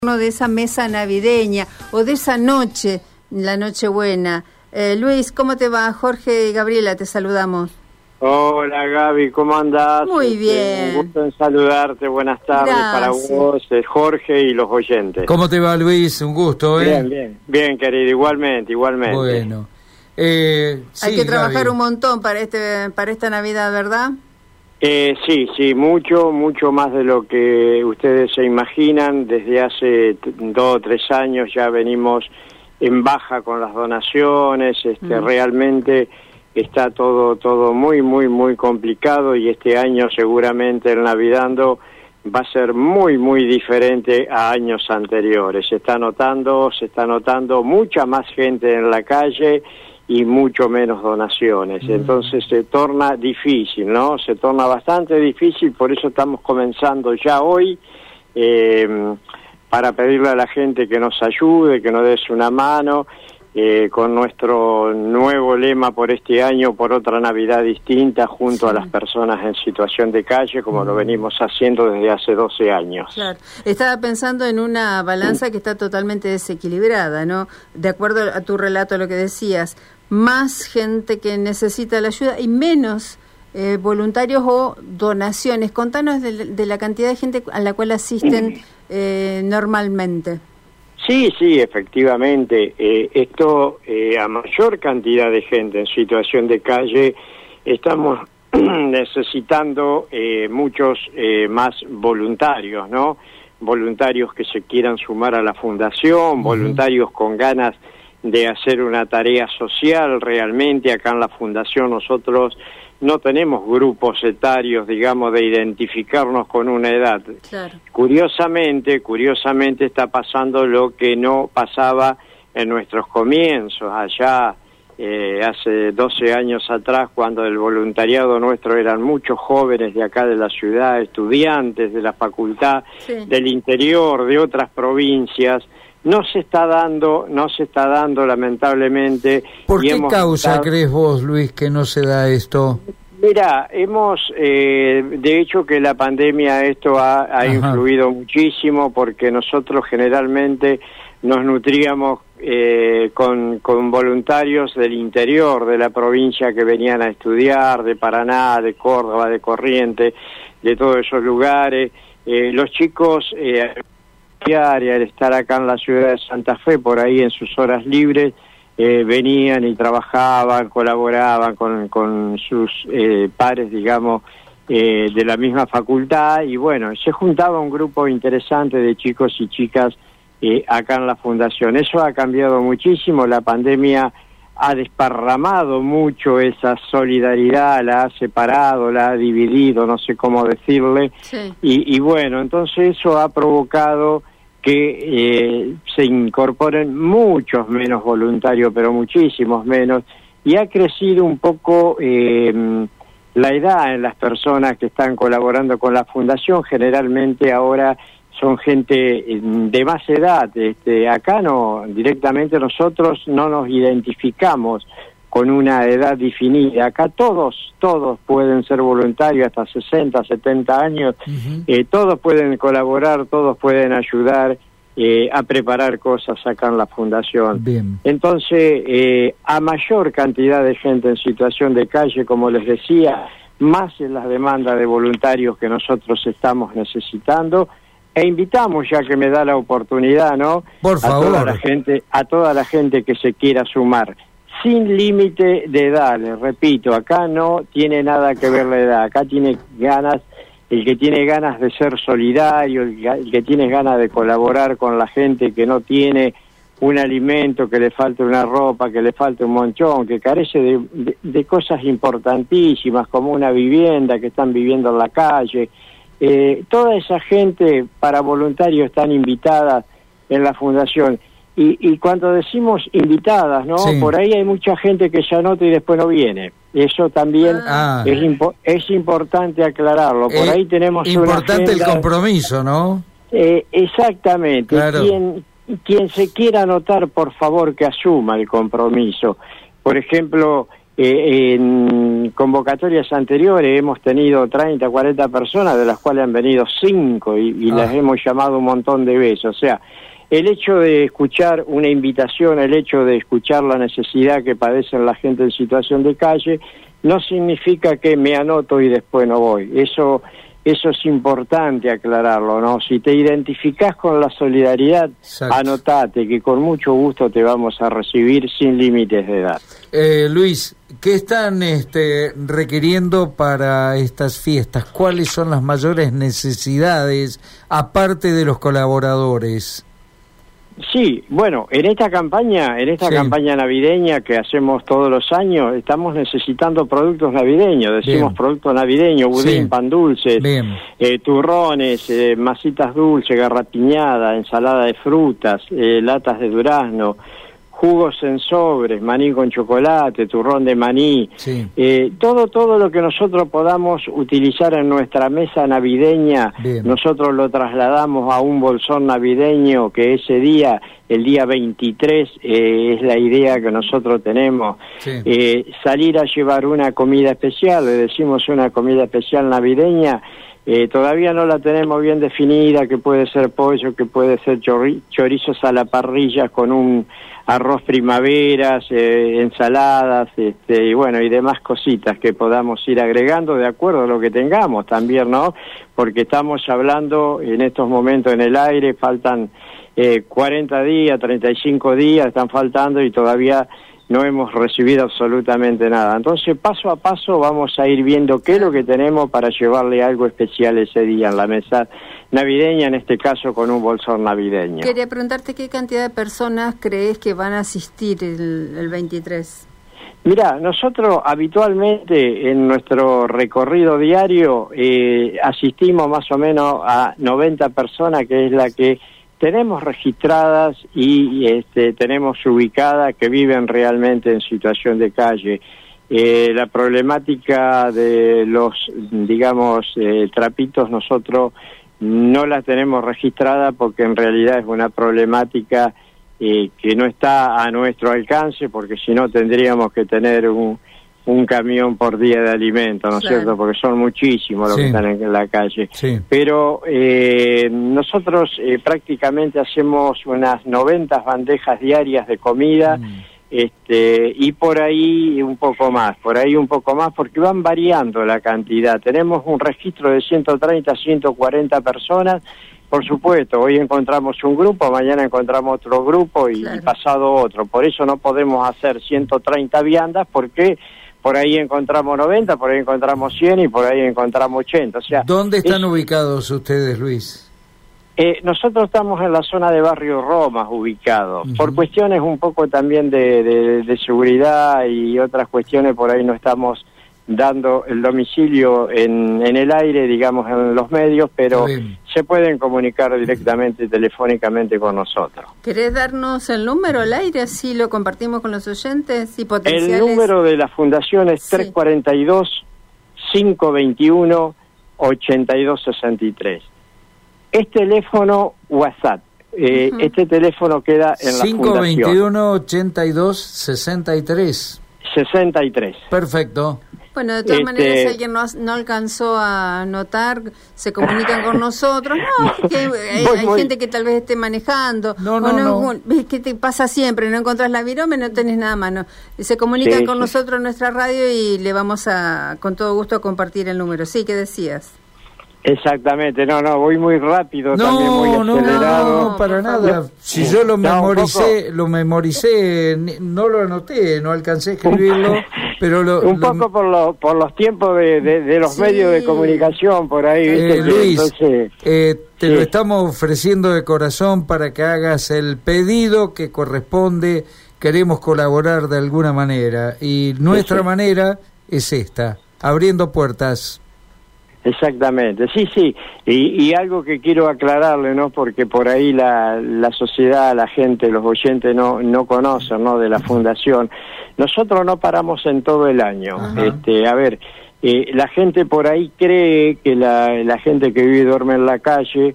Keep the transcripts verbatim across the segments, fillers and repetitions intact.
de esa mesa navideña o de esa noche, la Nochebuena. Eh, Luis, ¿cómo te va? Jorge y Gabriela, te saludamos. Hola Gaby, ¿cómo andás? Muy bien. Un gusto en saludarte, buenas tardes. Gracias. Para vos, Jorge y los oyentes. ¿Cómo te va, Luis? Un gusto, ¿eh? Bien, bien, bien, querido, igualmente, igualmente. Bueno. Eh, Hay sí, que trabajar Gaby. un montón para este para esta Navidad, ¿verdad? Eh, sí, sí, mucho, mucho más de lo que ustedes se imaginan. Desde hace dos o tres años ya venimos en baja con las donaciones. Este, mm. Realmente está todo, todo muy, muy, muy complicado y este año seguramente el Navidando va a ser muy, muy diferente a años anteriores. Se está notando, se está notando mucha más gente en la calle y mucho menos donaciones. Mm. Entonces se torna difícil, ¿no? Se torna bastante difícil, por eso estamos comenzando ya hoy eh, para pedirle a la gente que nos ayude, que nos des una mano, eh, con nuestro nuevo lema por este año, por otra Navidad distinta, junto sí. a las personas en situación de calle, como mm. lo venimos haciendo desde hace doce años. Claro. Estaba pensando en una balanza mm. que está totalmente desequilibrada, ¿no? De acuerdo a tu relato, lo que decías, más gente que necesita la ayuda y menos eh, voluntarios o donaciones. Contanos de, de la cantidad de gente a la cual asisten eh, normalmente. Sí, sí, efectivamente. Eh, esto, eh, a mayor cantidad de gente en situación de calle, estamos necesitando eh, muchos eh, más voluntarios, ¿no? Voluntarios que se quieran sumar a la fundación, uh-huh. voluntarios con ganas de hacer una tarea social. Realmente acá en la fundación nosotros no tenemos grupos etarios, digamos, de identificarnos con una edad. Claro. Curiosamente, curiosamente está pasando lo que no pasaba en nuestros comienzos, allá eh, hace doce años atrás, cuando el voluntariado nuestro eran muchos jóvenes de acá de la ciudad, estudiantes de la facultad, sí. del interior, de otras provincias. No se está dando, no se está dando lamentablemente. ¿Por y qué hemos causa estado... crees vos, Luis, que no se da esto? Mira, hemos, eh, de hecho que la pandemia esto ha, ha influido muchísimo, porque nosotros generalmente nos nutríamos eh, con, con voluntarios del interior de la provincia que venían a estudiar, de Paraná, de Córdoba, de Corrientes, de todos esos lugares. Eh, los chicos... Eh, al estar acá en la ciudad de Santa Fe, por ahí en sus horas libres, eh, venían y trabajaban, colaboraban con, con sus eh, pares, digamos, eh, de la misma facultad, y bueno, se juntaba un grupo interesante de chicos y chicas eh, acá en la fundación. Eso ha cambiado muchísimo, la pandemia ha desparramado mucho esa solidaridad, la ha separado, la ha dividido, no sé cómo decirle, sí. y, y bueno, entonces eso ha provocado que eh, se incorporen muchos menos voluntarios, pero muchísimos menos, y ha crecido un poco eh, la edad en las personas que están colaborando con la fundación. Generalmente ahora son gente de más edad. Este, acá no, directamente nosotros no nos identificamos con una edad definida. Acá todos, todos pueden ser voluntarios hasta sesenta, setenta años, uh-huh. eh, todos pueden colaborar, todos pueden ayudar eh, a preparar cosas acá en la fundación. Bien. Entonces, eh, a mayor cantidad de gente en situación de calle, como les decía, más es la demanda de voluntarios que nosotros estamos necesitando, e invitamos, ya que me da la oportunidad, ¿no? Por favor. A toda la gente, a toda la gente que se quiera sumar, sin límite de edad. Les repito, acá no tiene nada que ver la edad, acá tiene ganas, el que tiene ganas de ser solidario, el que tiene ganas de colaborar con la gente que no tiene un alimento, que le falte una ropa, que le falte un monchón, que carece de, de, de cosas importantísimas como una vivienda, que están viviendo en la calle. Eh, toda esa gente para voluntarios están invitadas en la fundación. Y, y cuando decimos invitadas, ¿no? Sí. Por ahí hay mucha gente que se anota y después no viene. Eso también ah. es, impo es importante aclararlo. Por eh, ahí tenemos importante una el compromiso, ¿no? Eh, exactamente. Claro. Quien, quien se quiera anotar, por favor, que asuma el compromiso. Por ejemplo, Eh, en convocatorias anteriores hemos tenido treinta, cuarenta personas, de las cuales han venido cinco y, y ah. las hemos llamado un montón de veces. O sea, el hecho de escuchar una invitación, el hecho de escuchar la necesidad que padecen la gente en situación de calle, no significa que me anoto y después no voy. Eso, eso es importante aclararlo, ¿no? Si te identificás con la solidaridad, exacto, anotate, que con mucho gusto te vamos a recibir sin límites de edad. Eh, Luis, ¿qué están este, requiriendo para estas fiestas? ¿Cuáles son las mayores necesidades, aparte de los colaboradores? Sí, bueno, en esta campaña, en esta sí. campaña navideña que hacemos todos los años, estamos necesitando productos navideños, decimos bien. Productos navideños, budín, sí. pan dulces, eh, turrones, eh, masitas dulces, garrapiñada, ensalada de frutas, eh, latas de durazno, jugos en sobres, maní con chocolate, turrón de maní, sí. eh, todo todo lo que nosotros podamos utilizar en nuestra mesa navideña, bien. Nosotros lo trasladamos a un bolsón navideño que ese día, el día veintitrés, eh, es la idea que nosotros tenemos, sí. eh, salir a llevar una comida especial, le decimos una comida especial navideña. Eh, todavía no la tenemos bien definida, que puede ser pollo, que puede ser chorri- chorizos a la parrilla con un arroz primaveras, eh, ensaladas, este, y bueno, y demás cositas que podamos ir agregando de acuerdo a lo que tengamos también, ¿no? Porque estamos hablando en estos momentos en el aire, faltan eh, cuarenta días, treinta y cinco días, están faltando y todavía no hemos recibido absolutamente nada. Entonces, paso a paso vamos a ir viendo qué es lo que tenemos para llevarle algo especial ese día en la mesa navideña, en este caso con un bolsón navideño. Quería preguntarte qué cantidad de personas crees que van a asistir el, el veintitrés. Mirá, nosotros habitualmente en nuestro recorrido diario eh, asistimos más o menos a noventa personas, que es la que tenemos registradas y este, tenemos ubicadas que viven realmente en situación de calle. Eh, la problemática de los, digamos, eh, trapitos nosotros no la tenemos registrada porque en realidad es una problemática eh, que no está a nuestro alcance, porque si no tendríamos que tener un, un camión por día de alimento, ¿no es claro. cierto? Porque son muchísimos los sí. que están en la calle. Sí. Pero eh, nosotros eh, prácticamente hacemos unas noventa bandejas diarias de comida, mm. este y por ahí un poco más, por ahí un poco más, porque van variando la cantidad. Tenemos un registro de ciento treinta, ciento cuarenta personas. Por supuesto, hoy encontramos un grupo, mañana encontramos otro grupo y, claro. y pasado otro. Por eso no podemos hacer ciento treinta viandas, porque por ahí encontramos noventa, por ahí encontramos cien y por ahí encontramos ochenta. O sea, ¿dónde están es, ubicados ustedes, Luis? Eh, nosotros estamos en la zona de Barrio Romas ubicados. Uh-huh. Por cuestiones un poco también de, de, de seguridad y otras cuestiones, por ahí no estamos dando el domicilio en, en el aire, digamos, en los medios, pero se pueden comunicar directamente, telefónicamente con nosotros. ¿Querés darnos el número al aire, así lo compartimos con los oyentes y potenciales? El número de la fundación es sí. tres cuatro dos, cinco dos uno, ocho dos seis tres. Es teléfono WhatsApp. Eh, uh-huh. Este teléfono queda en la cinco dos uno, ocho dos seis tres. sesenta y tres. Perfecto. Bueno, de todas este... maneras, si alguien no, no alcanzó a notar, se comunican con nosotros. No, que hay, voy, hay voy. gente que tal vez esté manejando. No, no, no. no. ¿Ves qué te pasa siempre? No encontrás la virome, no tenés nada a mano. Se comunican sí, con sí. nosotros en nuestra radio y le vamos a, con todo gusto, a compartir el número. Sí, ¿qué decías? Exactamente, no, no, voy muy rápido, no, también muy acelerado. No, no, para nada. Si yo lo memoricé, no, lo memoricé, no lo anoté, no alcancé a escribirlo, pero lo, un poco lo, por, lo, por los tiempos de, de, de los sí. medios de comunicación, por ahí. ¿Viste? Eh, Luis, entonces, eh, te sí. lo estamos ofreciendo de corazón para que hagas el pedido que corresponde. Queremos colaborar de alguna manera y nuestra sí, sí. manera es esta, abriendo puertas. Exactamente, sí, sí, y, y algo que quiero aclararle, ¿no? Porque por ahí la, la sociedad, la gente, los oyentes no no conocen, ¿no? De la fundación. Nosotros no paramos en todo el año. Ajá. Este, a ver, eh, la gente por ahí cree que la, la gente que vive y duerme en la calle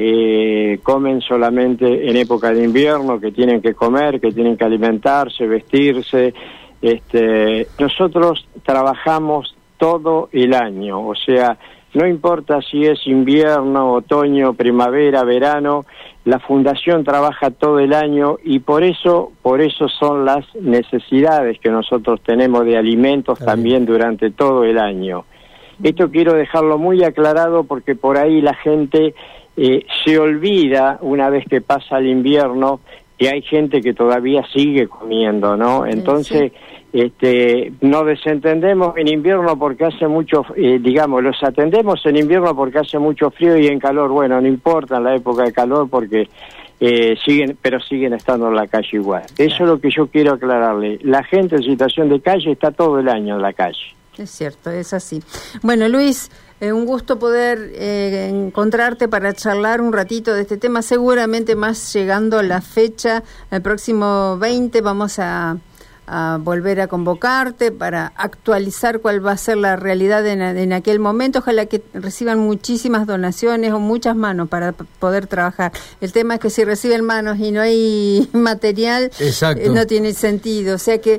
eh, comen solamente en época de invierno, que tienen que comer, que tienen que alimentarse, vestirse. Este, nosotros trabajamos todo el año, o sea, no importa si es invierno, otoño, primavera, verano, la fundación trabaja todo el año y por eso, por eso son las necesidades que nosotros tenemos de alimentos Ahí. también durante todo el año. Esto quiero dejarlo muy aclarado porque por ahí la gente eh, se olvida una vez que pasa el invierno que hay gente que todavía sigue comiendo, ¿no? Entonces, sí. este, nos desentendemos en invierno porque hace mucho, eh, digamos, los atendemos en invierno porque hace mucho frío y en calor, bueno, no importa en la época de calor porque eh, siguen, pero siguen estando en la calle igual. Eso es lo que yo quiero aclararle. La gente en situación de calle está todo el año en la calle. Es cierto, es así. Bueno, Luis, eh, un gusto poder eh, encontrarte para charlar un ratito de este tema. Seguramente más llegando a la fecha, el próximo veinte vamos a, a volver a convocarte para actualizar cuál va a ser la realidad en, en aquel momento. Ojalá que reciban muchísimas donaciones o muchas manos para p- poder trabajar. El tema es que si reciben manos y no hay material, eh, no tiene sentido. O sea que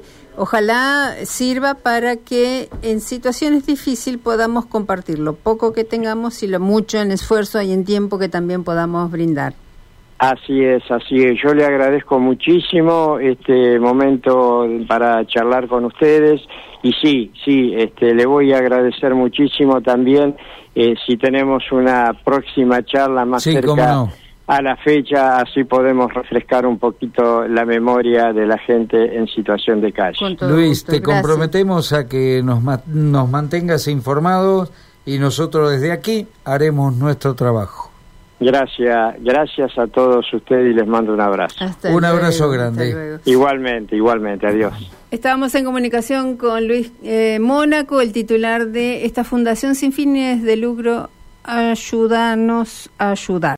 ojalá sirva para que en situaciones difíciles podamos compartir lo poco que tengamos y lo mucho en esfuerzo y en tiempo que también podamos brindar. Así es, así es. Yo le agradezco muchísimo este momento para charlar con ustedes y sí, sí, este, le voy a agradecer muchísimo también eh, si tenemos una próxima charla más sí, cerca. Cómo no. A la fecha, así podemos refrescar un poquito la memoria de la gente en situación de calle. Luis, gusto. te Gracias. comprometemos a que nos, ma- nos mantengas informados y nosotros desde aquí haremos nuestro trabajo. Gracias, gracias a todos ustedes y les mando un abrazo. Hasta un luego, abrazo grande. Igualmente, igualmente, adiós. Estábamos en comunicación con Luis eh, Mónaco, el titular de esta fundación sin fines de lucro, Ayúdanos a Ayudar.